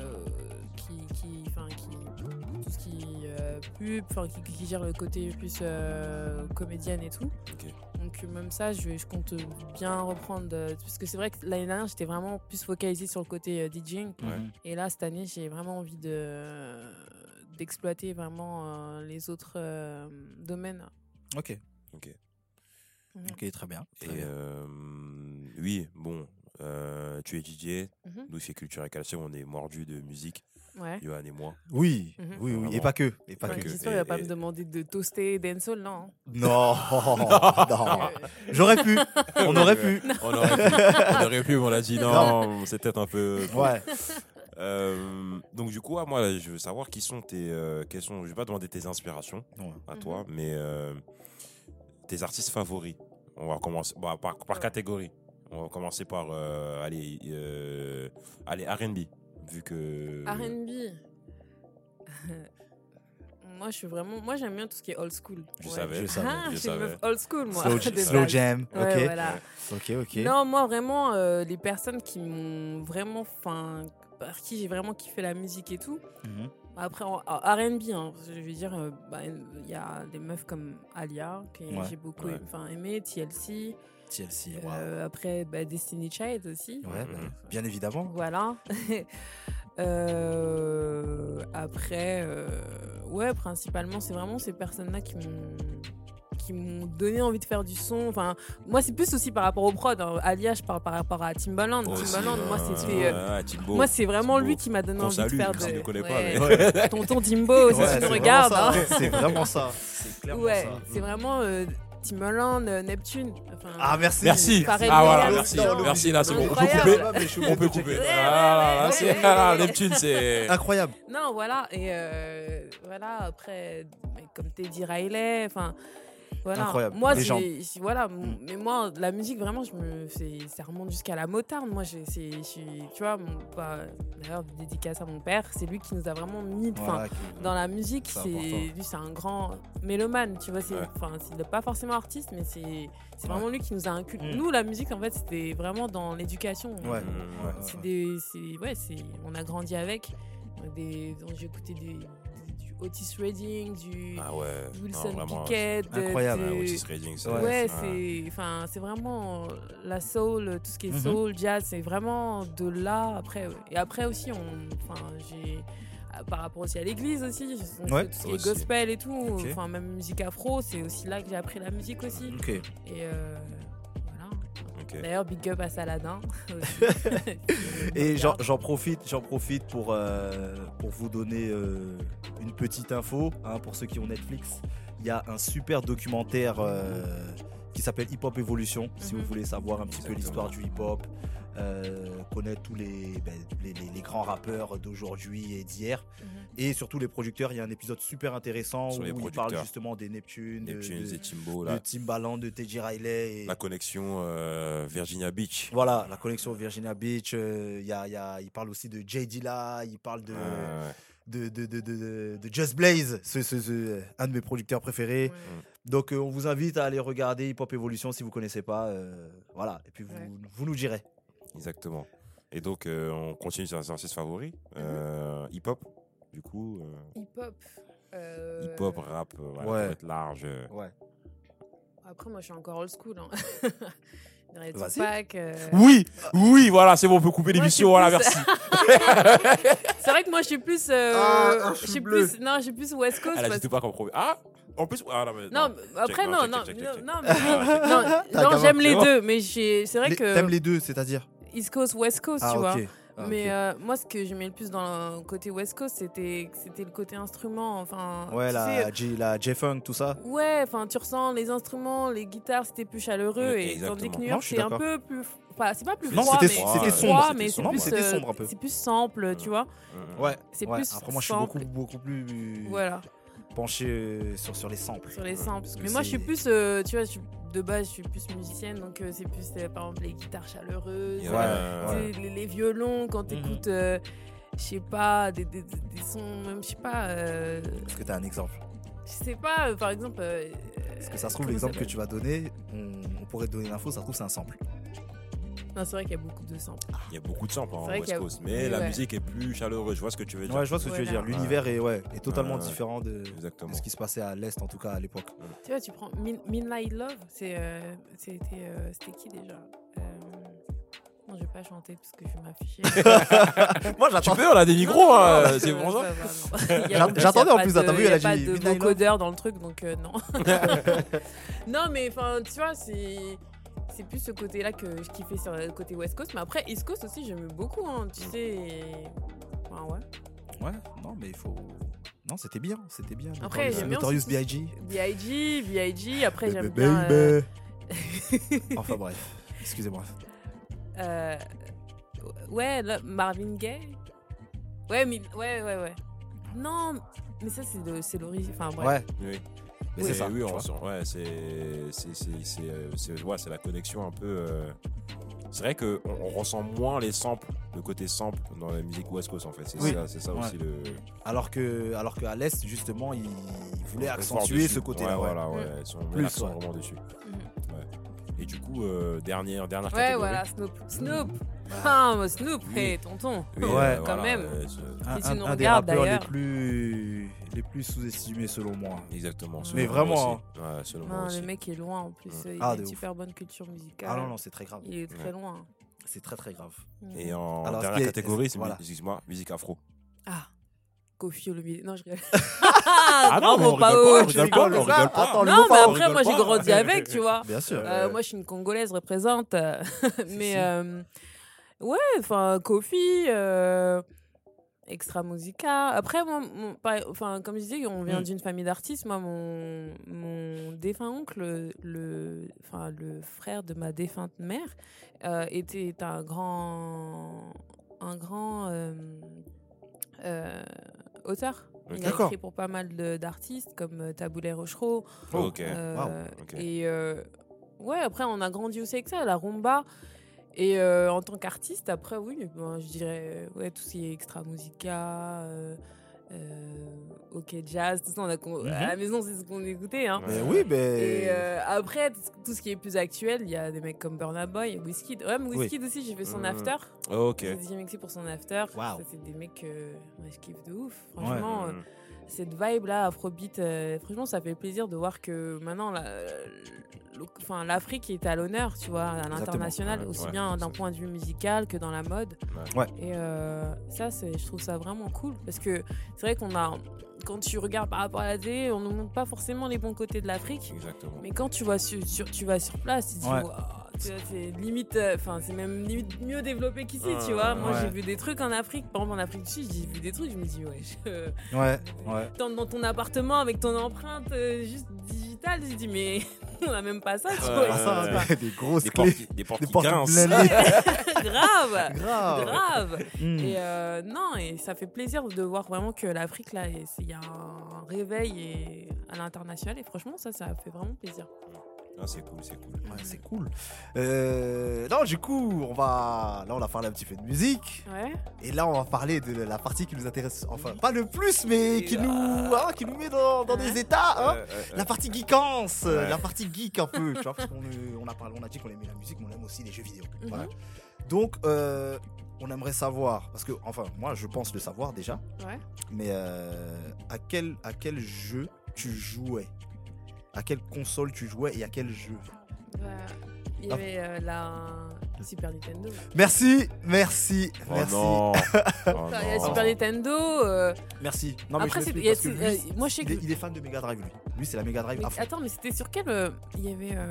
tout ce qui pub, qui gère le côté plus comédienne et tout. Ok. Donc même ça, je compte bien reprendre parce que c'est vrai que l'année dernière, j'étais vraiment plus focalisée sur le côté DJing. Mhm. Et là, cette année, j'ai vraiment envie d'exploiter vraiment les autres domaines. Ok. Ok. Ok, très bien. Et Très bien. oui, bon, tu es DJ, Mhm. nous chez Culture et Calcium, on est mordus de musique, Ouais. Johan et moi. Oui, Mhm. oui, oui. Et Vraiment. pas que. Et pas Ouais, que. J'espère qu'il va pas Et- me demander de toaster dancehall, non. Hein. Non, non. Euh, J'aurais pu. On aurait pu. On aurait pu, mais on a dit non, c'est peut-être un peu. Ouais. Donc du coup, moi, je veux savoir quelles sont, je vais pas demander tes inspirations Ouais. à toi, mais tes artistes favoris. On va commencer par catégorie. On va commencer par R&B, vu que. R&B. Moi, j'aime bien tout ce qui est old school. Je Ouais. savais, je savais, Ah, je je suis une savais. meuf old school, moi. de Slow base. jam. Ouais, Ok. voilà. Ok, ok. Non, moi, vraiment, les personnes qui m'ont vraiment. Par qui j'ai vraiment kiffé la musique et tout. Mhm. Après, en R&B, hein, je veux dire, il y a des meufs comme Alia, que Ouais. j'ai beaucoup Ouais. aimé, TLC. TLC, wow. Après, Destiny Child aussi. Ouais, bah, bien évidemment. Voilà. Après, ouais, principalement, c'est vraiment ces personnes-là qui m'ont donné envie de faire du son. Enfin, moi, c'est plus aussi par rapport au prod. Hein. Alia, je parle par rapport à Timbaland. Timbaland, moi, c'était... moi, c'est vraiment Timbo. lui qui m'a donné Qu'on envie salue, de faire s'il de... ne connaît pas, Ouais. mais- Tonton Timbo, si Ouais, tu c'est nous vraiment regardes. ça. Hein. C'est vraiment ça. C'est clairement Ouais, ça. c'est vraiment Timbaland, Neptune. Enfin, Ah, merci. Merci. Pareil, Ah voilà, Williams, merci. non, Merci, là, c'est bon. On peut incroyable. couper. On On peut couper. Ouais, Ah, là, ouais, c'est ouais. Neptune, c'est. Incroyable. Non, voilà. Et voilà, après, comme Teddy Riley, enfin, Voilà. Incroyable. Moi, Légende. voilà. Mais moi, la musique, vraiment, ça remonte jusqu'à la motard. Moi, tu vois, d'ailleurs, dédicace à mon père, c'est lui qui nous a vraiment mis dans la musique. Lui, c'est un grand mélomane, tu vois. C'est pas forcément artiste, mais c'est vraiment lui qui nous a inculqué. Nous, la musique, en fait, c'était vraiment dans l'éducation. On a grandi avec. J'ai écouté du Otis Redding, du Wilson Pickett. Incroyable, Otis Redding. C'est vraiment la soul, tout ce qui est soul, jazz, c'est vraiment de là. Et après aussi, par rapport aussi à l'église aussi, tout ce qui est gospel et tout, même musique afro, c'est aussi là que j'ai appris la musique aussi. Et voilà. D'ailleurs, big up à Saladin. Et j'en profite pour vous donner une petite info, pour ceux qui ont Netflix. Il y a un super documentaire qui s'appelle Hip Hop Evolution, si vous voulez savoir un petit peu l'histoire du hip-hop, connaître tous les grands rappeurs d'aujourd'hui et d'hier, et surtout les producteurs. Il y a un épisode super intéressant où ils parlent justement des Neptunes, des Timbo, de Timbaland, de Teddy Riley. La connexion Virginia Beach. Voilà, la connexion Virginia Beach. Il parle aussi de J. Dilla, il parle de Just Blaze, un de mes producteurs préférés. Donc on vous invite à aller regarder Hip Hop Evolution si vous ne connaissez pas. Voilà, et puis vous nous direz. Exactement. Et donc on continue sur un artiste favori. Hip-hop, du coup. Hip-hop. Hip-hop, rap, pour être large. Après, moi je suis encore old school. Tupac, Oui, voilà, c'est bon, on peut couper l'émission. Voilà, merci. C'est vrai que moi je suis plus. Je suis plus West Coast. Elle a dit Tupac en premier. En plus, j'aime les deux, mais c'est vrai que. T'aimes les deux, c'est-à-dire East Coast, West Coast, tu vois. Mais okay. Moi, ce que j'aimais le plus dans le côté West Coast, c'était le côté instrument. La J-Funk, tout ça. Ouais, tu ressens les instruments, les guitares, c'était plus chaleureux. Et tandis que New York, c'est un peu plus. C'est pas plus froid, c'était sombre. Mais c'était sombre un peu. C'est plus sample, tu vois. Ouais. C'est plus. Après, moi, je suis beaucoup plus. Voilà. Penché sur les samples. Sur les samples. Mais moi, je suis plus, tu vois, de base, je suis plus musicienne, donc c'est plus, par exemple, les guitares chaleureuses, les violons, quand t'écoutes, je sais pas, des sons, même, je sais pas. Est-ce que t'as un exemple? Je sais pas, par exemple. Parce que ça se trouve, l'exemple que tu vas donner, on pourrait te donner l'info, ça se trouve, c'est un sample. Non, c'est vrai qu'il y a beaucoup de samples. Il y a beaucoup de samples en West Coast, mais la musique est plus chaleureuse. Je vois ce que tu veux dire. Ouais, je vois ce que tu veux dire. L'univers est totalement différent de ce qui se passait à l'Est, en tout cas à l'époque. Tu vois, tu prends Midnight Love, c'était qui déjà? Non, je vais pas chanter parce que je vais m'afficher. Moi, j'attends. Tu peux, on a des micros, c'est bon ça. J'attendais en plus, t'as vu, elle a dit. Il n'y a pas de vocodeur dans le truc, donc non. Non, mais tu vois, c'est plus ce côté-là que je kiffais sur le côté West Coast. Mais après, East Coast aussi, j'aime beaucoup, tu sais. Ouais, non, mais il faut. Non, c'était bien. Après, j'aime bien. Notorious B.I.G. B.I.G. Après, j'aime bien. Enfin, bref. Excusez-moi. Marvin Gaye. Ouais. Non, mais ça, c'est l'origine. Enfin, bref. Ouais. Mais c'est ça. Oui, c'est la connexion un peu. C'est vrai qu'on ressent moins les samples, le côté sample dans la musique West Coast en fait. C'est ça aussi le. Alors qu'à l'Est, justement, ils voulaient accentuer ce côté-là. Ils ont mis l'accent vraiment dessus. Et du coup, dernière catégorie. Ouais, voilà, Snoop. Snoop, hey, tonton. Oui, quand même. Un des rappeurs les plus sous-estimés selon moi. Exactement. Mais vraiment. Selon moi aussi. Le mec est loin en plus. Il a une super bonne culture musicale. Non, c'est très grave. Il est très loin. C'est très très grave. Et en dernière catégorie, c'est musique afro. Kofi Olomide. Non, je rigole. Non, mais on rigole pas. Non, mais après, moi, j'ai grandi avec, tu vois. Bien sûr. Moi, je suis une Congolaise représente. Mais, Kofi, Extra Musica. Après, moi, comme je disais, on vient d'une famille d'artistes. Moi, mon défunt oncle, le frère de ma défunte mère, était un grand auteur. Il a D'accord. écrit pour pas mal d'artistes comme Taboulé Rochereau. Ok. Ok. Et ouais, après, on a grandi aussi avec ça, la rumba. Et en tant qu'artiste, après, oui, je dirais ouais, tout ce qui est extra musica, ok jazz, tout ça, à la maison, c'est ce qu'on écoutait. Hein. Mais oui, mais. Et après, tout ce qui est plus actuel, il y a des mecs comme Burna Boy, Wizkid. Ouais, mais Wizkid aussi, j'ai fait son after. Ok. J'ai mixé pour son after. Wow. Ça, c'est des mecs que je kiffe de ouf. Franchement, Ouais. cette vibe-là, Afrobeat, franchement, ça fait plaisir de voir que maintenant, l'Afrique est à l'honneur, tu vois, à l'international, aussi Ouais, bien c'est d'un ça. point de vue musical que dans la mode. Ouais. Et ça, je trouve ça vraiment cool. Parce que c'est vrai quand tu regardes par rapport à la télé, on ne nous montre pas forcément les bons côtés de l'Afrique. Exactement. Mais quand tu vas tu vas sur place, tu te dis, Ouais. Wow, tu vois, c'est limite, c'est même limite mieux développé qu'ici, tu vois. Moi, ouais. j'ai vu des trucs en Afrique, par exemple en Afrique du Sud, j'ai vu des trucs, je me dis, Ouais. dans ton appartement avec ton empreinte juste digitale, j'ai dit, mais on n'a même pas ça, tu Ouais, vois. Ah, ça, ouais. mais des grosses Des clés. portes, des portes Des qui portes grincent. blindées. Grave. Grave. Mm. Et non, et ça fait plaisir de voir vraiment que l'Afrique, là, il y a un réveil à l'international. Et franchement, ça fait vraiment plaisir. Ah, c'est cool, c'est cool. Ouais, c'est cool. Non, du coup, on a parlé un petit peu de musique. Ouais. Et là, on va parler de la partie qui nous intéresse. Enfin, pas le plus, mais qui nous met dans des états. Hein. La partie geekance. Ouais. La partie geek un peu. Tu vois, parce qu'on a dit qu'on aimait la musique, mais on aime aussi les jeux vidéo. Mhm. Voilà. Donc, on aimerait savoir. Parce que, enfin, moi, je pense le savoir déjà. Ouais. Mais à quel jeu tu jouais? À quelle console tu jouais et à quel jeu? Il y avait la Super Nintendo. Merci. Oh non. Oh Il y a la non. Super Nintendo. Merci. Non, mais Après, je c'est- m'explique il y a- parce que lui, moi, je sais que. il est fan de Mega Drive, lui. Lui, c'est la Mega Drive Mais à fond. attends, mais c'était sur quel il y avait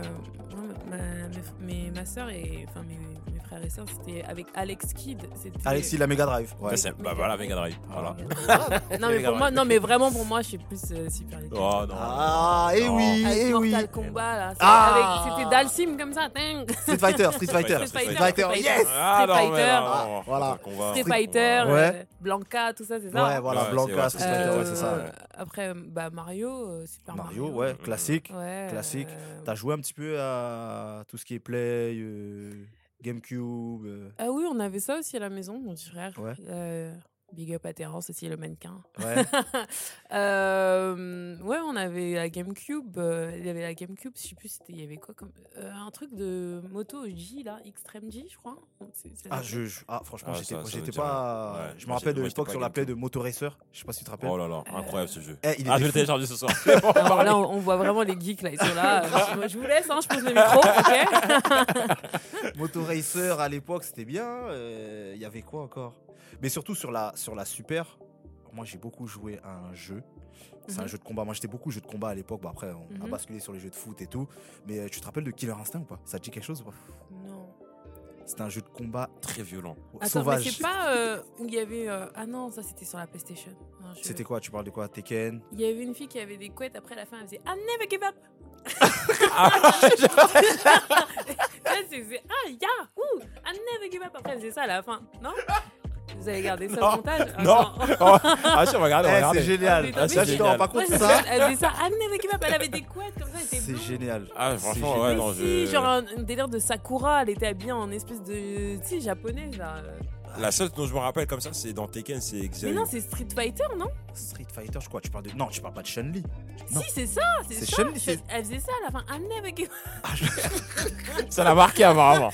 ma soeur et enfin mes frères et sœurs, c'était avec Alex Kidd. Alexis, la Mega Drive. Ouais. Bah voilà, Mega Drive. Voilà. Non mais Mega pour moi, Drive. non mais vraiment pour moi, je suis plus Super Nintendo. Oh non. Ah, et Non. oui, Avec et oui. Mortal Kombat là, Ah. c'était Dalsim comme ça. Ting. Street Fighter, Street Fighter. Street Fighter, yes. Ah non, Street mais Fighter. non. Voilà. Street Fighter, Ouais. Blanca, tout ça, c'est ça. Ouais, voilà, Ouais, Blanca, c'est Street Fighter, ouais, c'est ça. Après, Mario, Super Mario. Mario, ouais, classique. Ouais, Classique. T'as joué un petit peu à tout ce qui est Play, GameCube. Ah oui, on avait ça aussi à la maison, mon petit frère. Ouais. Big up à Terence aussi, le mannequin. Ouais. Ouais, on avait la GameCube. Il y avait la GameCube, je sais plus, il y avait quoi comme. Un truc de moto J, là, Extreme J, je crois. Franchement, Ah, ça veut j'étais dire pas. rien. Ouais, Je me moi, rappelle de j'étais l'époque pas sur la Play de GameCube. Moto Racer. Je sais pas si tu te rappelles. Oh là là, incroyable ce jeu. Il Ah, je vais était le fou. télécharger ce soir. Alors là, on voit vraiment les geeks, là, ils sont là. Je vous laisse, hein, je pose le micro, ok. Moto Racer à l'époque, c'était bien. Il y avait quoi encore? Mais surtout sur la Super, moi j'ai beaucoup joué à un jeu. C'est un jeu de combat. Moi j'étais beaucoup jeu de combat à l'époque. Bon, après, on a basculé sur les jeux de foot et tout. Mais tu te rappelles de Killer Instinct ou pas? Ça te dit quelque chose ou pas? Non. C'était un jeu de combat Très violent. Attends, sauvage. mais c'est pas où il y avait. Ah non, ça c'était sur la PlayStation. Non, C'était quoi? Tu parles de quoi? Tekken? Il y avait une fille qui avait des couettes, après à la fin elle faisait I never give up. Elle faisait ah yeah, ouh, I never give up. Après elle faisait ça à la fin, non? Vous avez gardé ça au montage? Ah, Non. Ah, si, regardez, Eh, regardez. c'est génial. Ah, mais Ça, je te rends pas Ouais, compte c'est ça. ça. Elle faisait ça I never give up. Elle avait des couettes comme ça, elle était C'est blonde. génial. Ah, C'est franchement, génial. ouais, non, Si, je. genre un délire de Sakura, elle était habillée en espèce de. Tu sais, japonaise là. La seule dont je me rappelle comme ça, c'est dans Tekken, c'est Mais Xavier. non, c'est Street Fighter, non? Street Fighter, je crois. Tu parles de. Non, tu parles pas de Chun-Li. Non. Si, c'est ça, c'est C'est ça. Chun-Li, c'est- Elle faisait ça à la fin. I never give up. Ça l'a marqué apparemment.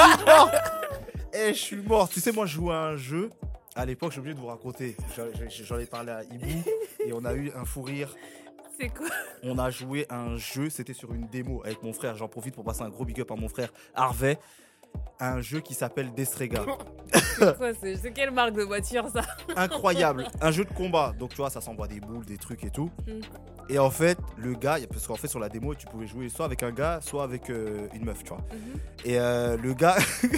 Je suis mort. Tu sais, moi, je jouais à un jeu. À l'époque, j'ai oublié de vous raconter. J'en ai parlé à Ibou et on a eu un fou rire. C'est quoi? On a joué à un jeu, c'était sur une démo avec mon frère. J'en profite pour passer un gros big up à mon frère Harvey. Un jeu qui s'appelle Destrega. C'est quoi? C'est quelle marque de voiture ça? Incroyable. Un jeu de combat. Donc, tu vois, ça s'envoie des boules, des trucs et tout. Mm. Et en fait, le gars, parce qu'en fait, sur la démo, tu pouvais jouer soit avec un gars, soit avec une meuf, tu vois. Et le gars,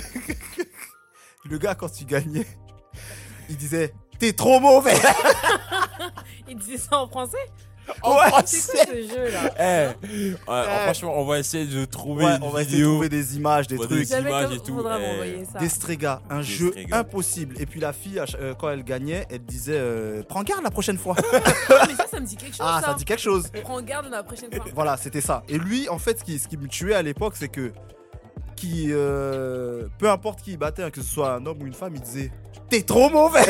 le gars, quand tu gagnais, il disait t'es trop mauvais. Il disait ça en français? C'est quoi ce jeu là? Franchement, on va essayer de trouver Ouais, une on va essayer de vidéo. trouver des images, des Ouais, trucs. des Jamais images comme et tout. faudra m'envoyer ça. Destrega, un jeu Destrega. impossible. Et puis la fille, quand elle gagnait, elle disait prends garde la prochaine fois. Ah, mais ça me dit quelque chose. Ah, ça dit quelque chose. Prends garde la prochaine fois. Voilà, c'était ça. Et lui, en fait, ce qui me tuait à l'époque, c'est que peu importe qui il battait, hein, que ce soit un homme ou une femme, il disait t'es trop mauvais.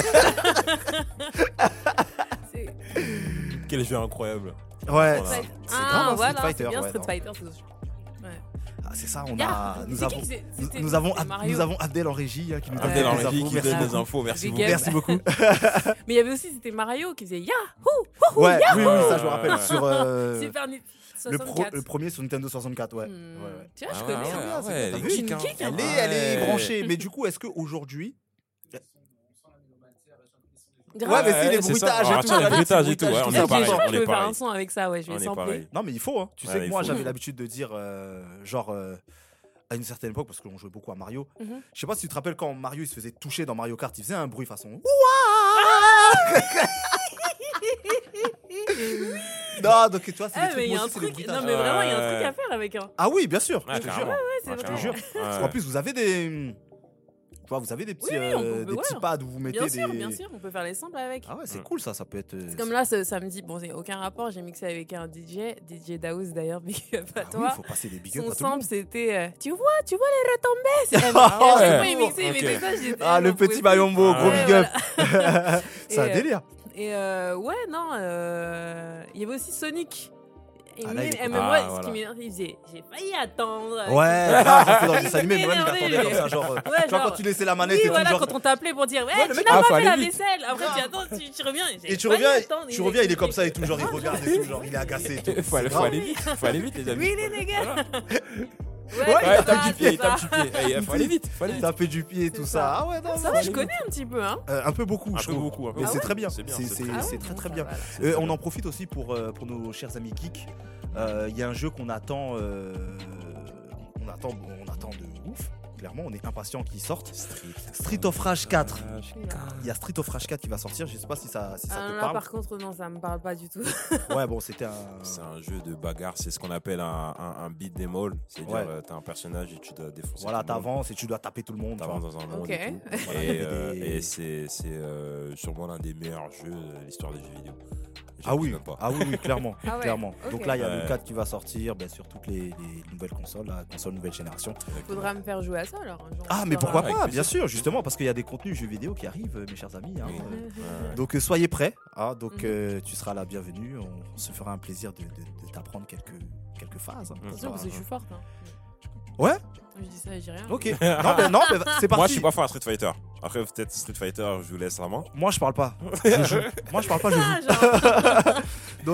C'est- Quel jeu incroyable. Ouais, Voilà. c'est Ah, grave un voilà, Street Fighter. c'est bien ouais, Street non. Fighter. C'est ouais. Ah, c'est ça, on Yeah. a, nous C'est avons, qui que c'est- nous, c'était- nous avons, c'était Mario. nous avons Abdel en régie hein, qui nous donne Abdel en des régie infos. qui Merci donne des beaucoup. infos. Merci Big beaucoup. up. Merci beaucoup. Mais il y avait aussi, c'était Mario qui faisait Yahoo! Ouais, oui, ça je me rappelle Ouais. sur Super le, 64. le premier sur Nintendo 64, ouais. Hmm. ouais, ouais. Tu vois, je Ah connais. ouais, hein. ouais, ouais, T'as les vu, geeks, une hein. geek, hein. Elle est Ouais. branchée, mais du coup, est-ce qu'aujourd'hui. Grave. Ouais, mais si, les c'est ça. bruitages Ah, et tout. tiens, les là, les bruitages petits et tout, ouais, on bruitages, est Je tout pareil, ça. crois que on je est peux faire pareil. un son avec ça, ouais, je vais On est sampler. pareil. Non, mais il faut, hein. Tu Ouais, sais que il moi, faut. j'avais l'habitude de dire, à une certaine époque, parce qu'on jouait beaucoup à Mario. Mhm. Je sais pas si tu te rappelles quand Mario il se faisait toucher dans Mario Kart, il faisait un bruit façon. Non, donc tu vois, c'est Ah, des mais trucs. il y a moi un aussi, c'est des truc. bruitages. Non, mais vraiment, il y a un Ouais. truc à faire avec un. Ah oui, bien sûr. Ouais, je te jure. carrément. c'est Ouais, vrai. Je te jure. carrément. Parce qu'en plus, vous avez des. Tu vois, vous avez des petits, Oui, oui, on peut- des ouais. petits pads où vous mettez Bien des. sûr, bien sûr, on peut faire les samples avec. Ah ouais, c'est cool ça, ça peut être. C'est comme là, ce samedi, bon, c'est aucun rapport, j'ai mixé avec un DJ Daouz d'ailleurs, big up à Ah oui, toi. faut passer des big ups Son à tout le monde. sample, c'était tu vois les retombées. C'est Ah vraiment. ouais. Moi, il mixait, il Ok. mettait ça, j'étais. Ah, le j'en pouvais petit plus. Mayombo, gros Ouais, big up. voilà. C'est un Et, délire. Et ouais, non, il y avait aussi Sonic. Et Ah, là, il est même cool. moi, Ah, ce voilà. qui m'énerve, il disait j'ai failli attendre. Ouais, grave, c'est dans le dessin animé, mais Il même il m'énervait, attendait lui. comme ça, genre. Tu vois, genre, quand tu laissais la manette Oui, et tout, voilà, genre. quand on t'appelait pour dire, ouais, Ouais, le tu mec, n'as ah, pas faut fait aller la vite. vaisselle. Après, tu attends, tu reviens. Et tu reviens, il est comme ça et tout, genre il regarde et tout, genre il est agacé et tout. Faut aller- C'est faut grave. aller vite. Faut aller vite, les amis. Oui, les gars. Ouais, c'est Ouais, ça, tape du pied, c'est ça. tape du pied. Eh, faut aller vite, faut aller vite. Taper du pied et tout C'est ça. ça. Ah ouais, non, Ça faut va, je aller connais un petit peu, hein. Un peu beaucoup, Un je peu trouve. beaucoup, un peu Mais Ah c'est ouais très bien. C'est bien, C'est c'est Ah ouais, c'est très bon, très ça bien. va, là. C'est On très en profite aussi pour nos chers amis geeks. Il y a un jeu qu'on attend. On attend de ouf. Clairement, on est impatient qu'il sorte. Street of Rage 4. Il y a Street of Rage 4 qui va sortir. Je sais pas si ça Ah, te là, parle. par contre, non, ça me parle pas du tout. Ouais, bon, c'était C'est un jeu de bagarre, c'est ce qu'on appelle un beat them all. C'est-à-dire, Ouais. t'as un personnage et tu dois défoncer. Voilà, tout le monde. t'avances et tu dois taper tout le monde. tu vois. T'avances dans un monde Ok. et tout. Voilà, Et, il y avait des- et c'est sûrement l'un des meilleurs jeux de l'histoire des jeux vidéo. Ah oui, J'abuse même pas. ah oui, clairement, Ah ouais, clairement. ok. Donc là, il y a le Ouais. 4 qui va sortir sur toutes les nouvelles consoles, la console nouvelle génération. Faudra me faire jouer à ça alors. un jour, Ah, on mais fera- pourquoi avec pas, plaisir. bien sûr, justement, parce qu'il y a des contenus jeux vidéo qui arrivent, mes chers amis. Hein. Oui. Ouais. Donc soyez prêts. Hein. Donc Mhm. tu seras la bienvenue. On se fera un plaisir de t'apprendre quelques phases. Hein. Mhm. Attention, parce que je suis forte. Hein. Ouais, Je dis ça, je dis rien. ok. non, mais c'est parti. Moi, je suis pas fort à Street Fighter. Après, peut-être Street Fighter, je vous laisse la main. Moi, je parle pas. Je joue. Moi, je parle pas, je joue. Ah, genre,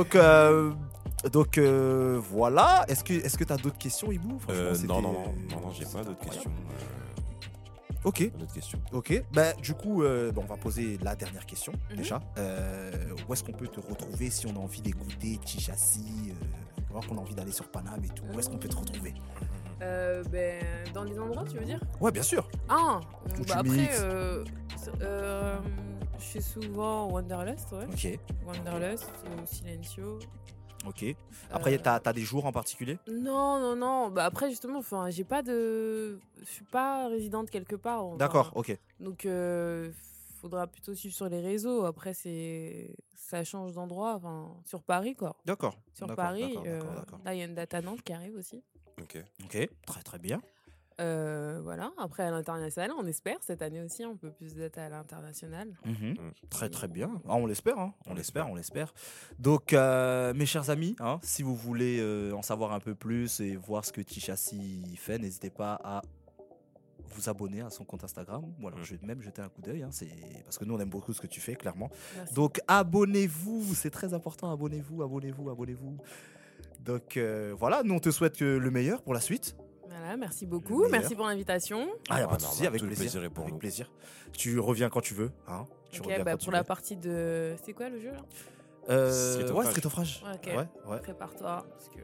Donc voilà. Est-ce que t'as d'autres questions, Ibou? Franchement, c'était- Non, j'ai pas d'autres questions. Ok. Pas d'autres questions. Ok, bah, du coup, on va poser la dernière question Mhm. déjà. Où est-ce qu'on peut te retrouver si on a envie d'écouter Tchassi, voir qu'on a envie d'aller sur Paname et tout? Où est-ce qu'on peut te retrouver? ben, dans les endroits, tu veux dire? Ouais, bien sûr. Ah, Où tu bah après, mixes. je suis souvent au Wanderlust, ouais. Ok, Wanderlust, au Silencio. ok. Après, Euh, t'as des jours en particulier? Non. Bah après, justement, enfin, j'ai pas de. Je suis pas résidente quelque part. enfin. D'accord, ok. Donc, faudra plutôt suivre sur les réseaux. Après, ça change d'endroit. Enfin, sur Paris, quoi. D'accord. Sur d'accord, Paris. d'accord. Là, il y a une date à Nantes qui arrive aussi. Ok. Ok, très très bien. Voilà. Après, à l'international, on espère. Cette année aussi, un peu plus de dates à l'international. Très très bien. Ah, on l'espère, hein. On l'espère. Donc, mes chers amis, hein, si vous voulez en savoir un peu plus et voir ce que Tchassi fait, n'hésitez pas à vous abonner à son compte Instagram. Ou alors, je vais même jeter un coup d'œil. Hein, parce que nous, on aime beaucoup ce que tu fais, clairement. Merci. Donc, abonnez-vous. C'est très important. Abonnez-vous. Donc, voilà. Nous, on te souhaite le meilleur pour la suite. Voilà, merci beaucoup. meilleur. Merci pour l'invitation. Ah, y a Ah, pas de normal, souci, avec tout le plaisir. plaisir est pour Avec nous. plaisir. Tu reviens quand tu veux. Hein. Tu Ok, reviens bah quand tu pour la veux. partie de. C'est quoi le jeu là? Street of Ouais, Rage. Street of Rage. Ok. Ouais. Prépare-toi. Parce que...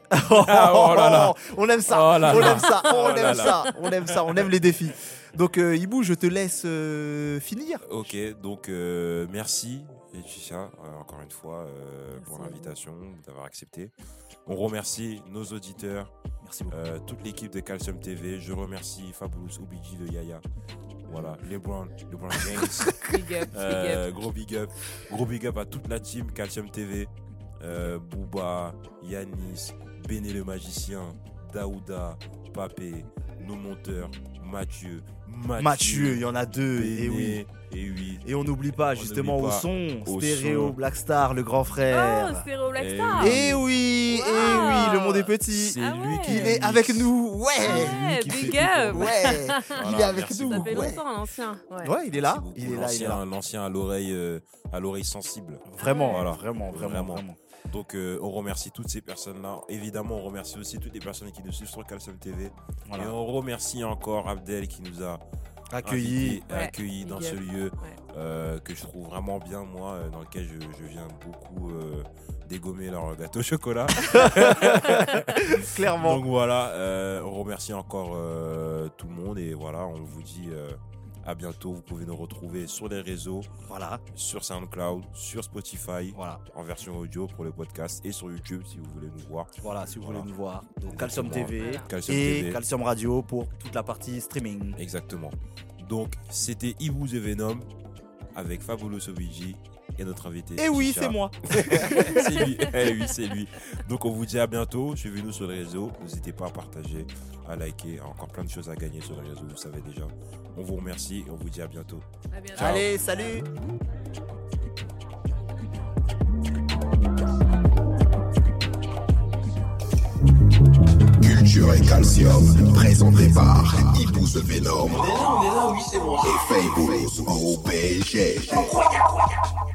Oh là là. On aime ça, Oh là on là. aime ça, on Oh là aime là. ça, on aime ça, on aime les défis. Donc Ibou, je te laisse finir. Ok, donc merci Laetitia, encore une fois, pour Merci. l'invitation, d'avoir accepté. On remercie nos auditeurs, Merci beaucoup. toute l'équipe de Calcium TV. Je remercie Fabulous OBG de Yaya. Voilà, LeBron James. Big up, big up. Gros big up. Gros big up à toute la team Calcium TV. Booba, Yanis, Béné le magicien, Daouda, Papé, nos monteurs, Mathieu, il y en a deux, Béné, et oui. Et oui. Et on n'oublie pas, justement, n'oublie au pas, son, au Stéréo, son. Blackstar, le grand Oh, frère. Stéréo Black Eh Star. oui. Et oui, Wow. le monde est petit. C'est Ah lui ouais. qui Il est avec nous, ouais. Ouais, qui fait big tout up. pour Ouais, il Voilà, est avec merci nous. Ça fait ouais. longtemps, l'ancien. Ouais. Ouais, il est là, Merci beaucoup. il est là, il est là. L'ancien à l'oreille sensible. Vraiment, Voilà. vraiment. Donc on remercie toutes ces personnes-là. Évidemment, on remercie aussi toutes les personnes qui nous suivent sur Calcium TV. Voilà. Et on remercie encore Abdel qui nous a Accueilli. accueillis big dans up. ce lieu Ouais. que je trouve vraiment bien, moi, dans lequel je viens beaucoup dégommer leur gâteau au chocolat. Clairement. Donc voilà, on remercie encore tout le monde et voilà, on vous dit à bientôt. Vous pouvez nous retrouver sur les réseaux, Voilà, sur SoundCloud, sur Spotify, voilà, en version audio pour le podcast et sur YouTube si vous voulez nous voir. voilà, si vous voulez Voilà. nous voir. Donc Calcium Exactement. TV Voilà. Calcium et TV. Calcium Radio pour toute la partie streaming. Exactement. Donc c'était Ibou The Venom avec Fabulous OBG et notre invité. Et oui, Chicha. c'est moi. C'est lui. Eh oui, c'est lui. Donc on vous dit à bientôt. Suivez-nous sur les réseaux. N'hésitez pas à partager, à liker. Encore plein de choses à gagner sur les réseaux, vous savez déjà. On vous remercie et on vous dit à bientôt. À bientôt. Ciao. Allez, salut. Culture et Calcium, présenté par Ibou The Venom On est là, oui, c'est moi. et Fabulous OBG. Incroyable.